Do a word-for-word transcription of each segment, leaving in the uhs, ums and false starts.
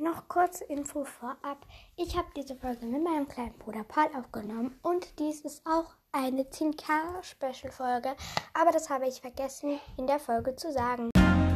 Noch kurze Info vorab. Ich habe diese Folge mit meinem kleinen Bruder Paul aufgenommen und dies ist auch eine zehn K-Special-Folge, aber das habe ich vergessen in der Folge zu sagen.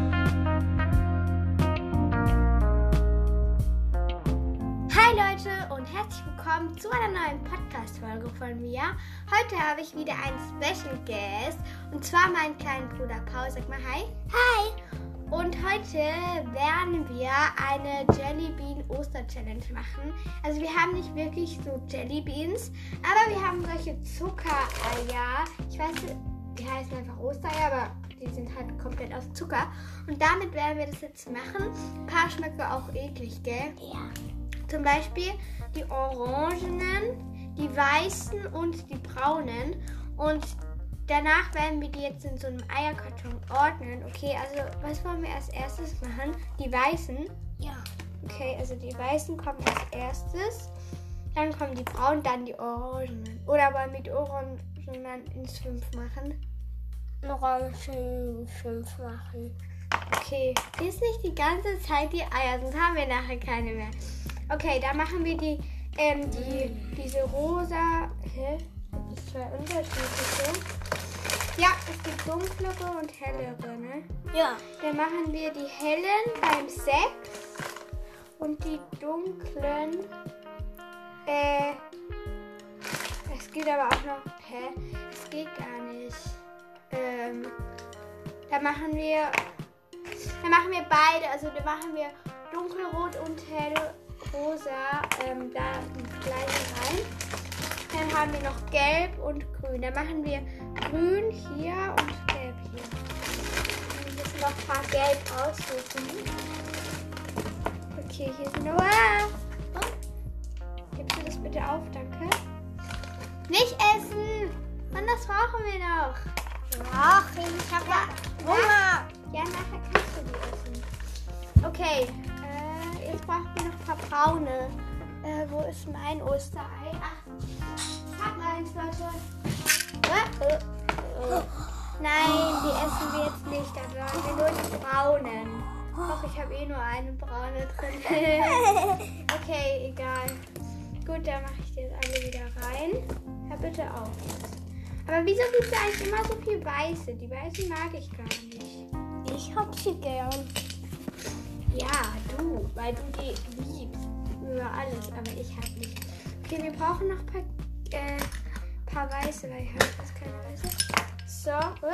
Hi Leute und herzlich willkommen zu einer neuen Podcast-Folge von mir. Heute habe ich wieder einen Special Guest und zwar meinen kleinen Bruder Paul. Sag mal Hi. Hi. Und heute werden wir eine Jellybean-Oster-Challenge machen. Also wir haben nicht wirklich so Jellybeans, aber wir haben solche Zuckereier. Ich weiß nicht, die heißen einfach Ostereier, aber die sind halt komplett aus Zucker. Und damit werden wir das jetzt machen. Ein paar schmecken auch eklig, gell? Ja. Zum Beispiel die orangenen, die weißen und die braunen. Und danach werden wir die jetzt in so einem Eierkarton ordnen. Okay, also was wollen wir als erstes machen? Die weißen? Ja. Okay, also die weißen kommen als erstes. Dann kommen die braunen, dann die orangenen. Oder wollen wir die orangenen ins fünf machen? Orangen fünf machen. Okay, ist nicht die ganze Zeit die Eier, sonst haben wir nachher keine mehr. Okay, dann machen wir die, ähm, die, diese rosa, hä? Das ist zwei unterschiedliche. Ja, es gibt dunklere und hellere, ne? Ja. Dann machen wir die hellen beim sechs und die dunklen, äh, es geht aber auch noch, hä? Es geht gar nicht. Ähm, da machen wir, da machen wir beide, also da machen wir dunkelrot und hellrosa, ähm, da gleich rein. Dann haben wir noch gelb und grün. Dann machen wir grün hier und gelb hier. Wir müssen noch ein paar gelb aussuchen. Okay, hier sind noch... Ah! Gibst du das bitte auf, danke. Nicht essen! Mann, das brauchen wir noch. Ach, ich hab ja Hunger. Ja, nachher kannst du die essen. Okay, äh, jetzt brauchen wir noch ein paar braune. Äh, wo ist mein Osterei? Ach, ich hab eins, Leute. Äh, äh, äh. Nein, die essen wir jetzt nicht. Da wollen wir nur die braunen. Doch, ich habe eh nur eine braune drin. Okay, egal. Gut, dann mache ich die jetzt alle wieder rein. Hör bitte auf. Aber wieso gibt es eigentlich immer so viel Weiße? Die Weißen mag ich gar nicht. Ich hab sie gern. Ja, du, weil du die liebst. Über alles, aber ich halt nicht. Okay, wir brauchen noch ein paar, äh, paar Weiße, weil ich habe fast keine Weiße. So.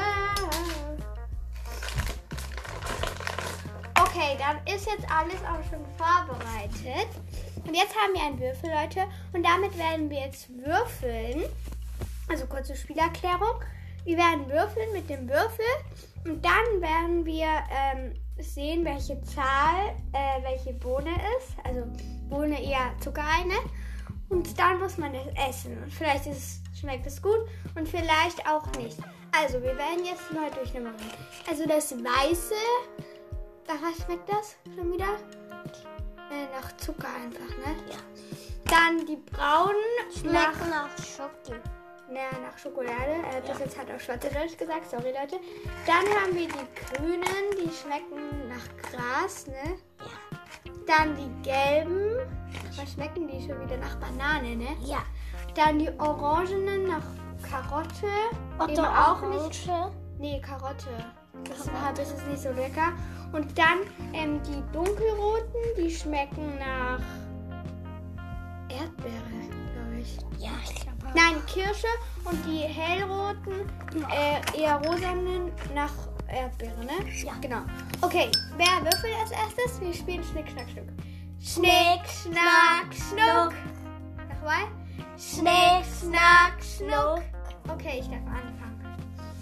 Okay, dann ist jetzt alles auch schon vorbereitet. Und jetzt haben wir einen Würfel, Leute. Und damit werden wir jetzt würfeln. Also kurze Spielerklärung. Wir werden würfeln mit dem Würfel. Und dann werden wir ähm, sehen, welche Zahl, äh, welche Bohne ist. Also Bohne eher Zuckerei, ne? Und dann muss man es essen. Und vielleicht ist es, schmeckt es gut und vielleicht auch nicht. Also, wir werden jetzt mal durchnummerieren. Also das Weiße, nach was schmeckt das schon wieder? Äh, nach Zucker einfach, ne? Ja. Dann die Braunen schmecken nach, nach Schoki. Na, nach Schokolade. Er hat ja. das jetzt halt auf Schweizerdeutsch gesagt. Sorry, Leute. Dann haben wir die Grünen, die schmecken nach Gras, ne? Ja. Dann die Gelben. Was schmecken die schon wieder? Nach Banane, ne? Ja. Dann die Orangenen nach Karotte. Oder auch nicht. Nee, Karotte. Deshalb ist es nicht so lecker. Und dann ähm, die Dunkelroten, die schmecken nach Erdbeere, glaube ich. Ja, ich glaube. Nein, Kirsche und die hellroten, äh, eher rosanen nach Erdbeere, ne? Ja. Genau. Okay, wer würfelt als erstes? Wir spielen Schnick, Schnack, Schnuck. Schnick, Schnack, Schnuck. Nochmal. Schnick, Schnack, Schnuck. Okay, ich darf anfangen.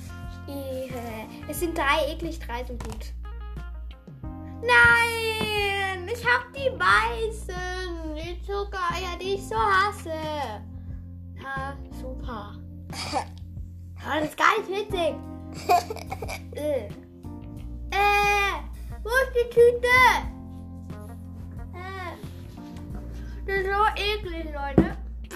Es sind drei eklig, drei sind gut. Nein, ich hab die weißen, die Zuckereier, die ich so hasse. Na, super. Aber das ist gar nicht witzig. äh. äh, wo ist die Tüte? Äh. Das ist so eklig, Leute.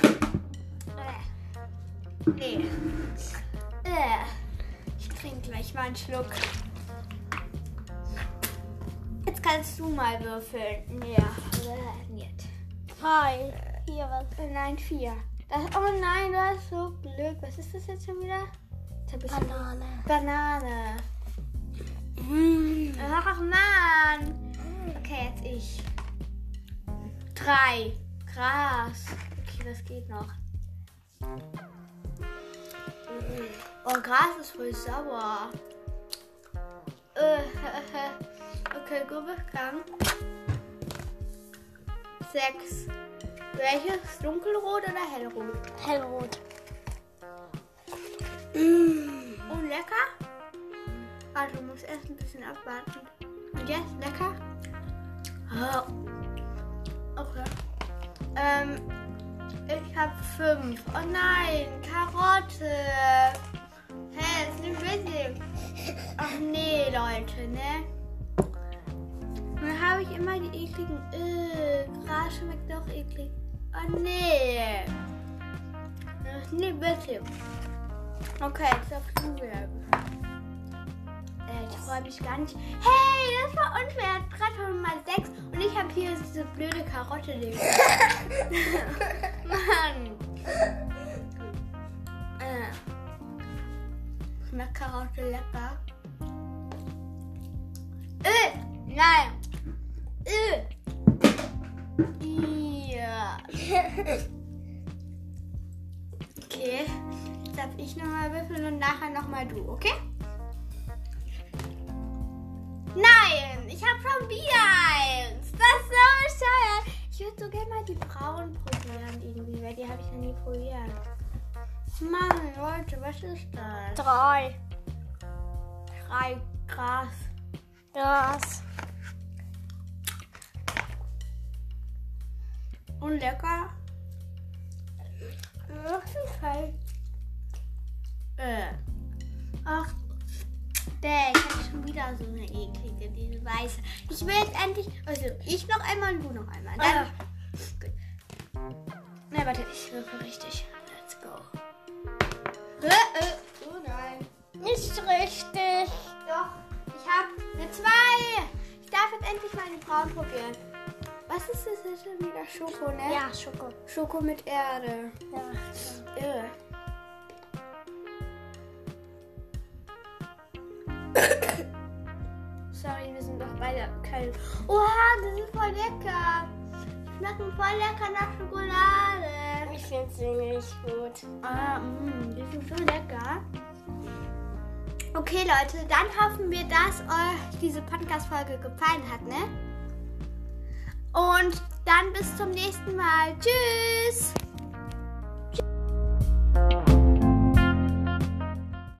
Äh. Nee. Äh. Ich trinke gleich mal einen Schluck. Jetzt kannst du mal würfeln. Ja. funktioniert. Drei. Hier was. Äh, nein, vier. Das, oh nein, du hast so Glück. Was ist das jetzt schon wieder? Jetzt hab ich Banane. Banane. Mm. Ach Mann. Okay, jetzt ich. Drei. Gras. Okay, das geht noch. Oh, Gras ist voll sauer. Äh, okay, Gurbenklang. Sechs. Welches? Dunkelrot oder hellrot? Hellrot. Oh, lecker. Also, du musst erst ein bisschen abwarten. Und jetzt lecker? Oh. Okay. Ähm, ich habe fünf. Oh nein, Karotte. Hä, hey, ist nicht witzig. Ach nee, Leute, ne? Dann habe ich immer die ekligen. Äh, Gras schmeckt doch eklig. Oh nee. Das ist nicht witzig. Okay, jetzt auf du werden. Äh, ich freue mich gar nicht. Hey, das war unfair. drei mal sechs und ich habe hier diese blöde Karotte. Mann. Äh. Schmeckt Karotte lecker? Äh, nein. Äh. Ja. Okay. Jetzt darf ich nochmal würfeln und nachher nochmal du, okay? Nein, ich habe schon wieder eins. Das ist so bescheuert. Ich würde so gerne mal die braunen probieren irgendwie, weil die habe ich noch nie probiert. Mann, Leute, was ist das? Drei. Drei Gras. Gras. Und lecker. Das ist halt. Äh. Ach, der, ich habe schon wieder so eine eklige, diese weiße. Ich will jetzt endlich. Also, ich noch einmal und du noch einmal. Dann. Ah. Gut. Na, warte, ich würfel richtig. Let's go. Äh, äh. Oh nein. Nicht richtig. Doch, ich habe eine zwei. Ich darf jetzt endlich mal die braun probieren. Was ist das jetzt schon wieder? Schoko, ne? Ja, Schoko. Schoko mit Erde. Ja. Äh. Sorry, wir sind doch beide kalt. Oha, das ist voll lecker. Die schmecken voll lecker nach Schokolade. Ich finde sie nicht gut. Ah, mh, die sind so lecker. Okay, Leute, dann hoffen wir, dass euch diese Podcast-Folge gefallen hat, ne? Und dann bis zum nächsten Mal. Tschüss!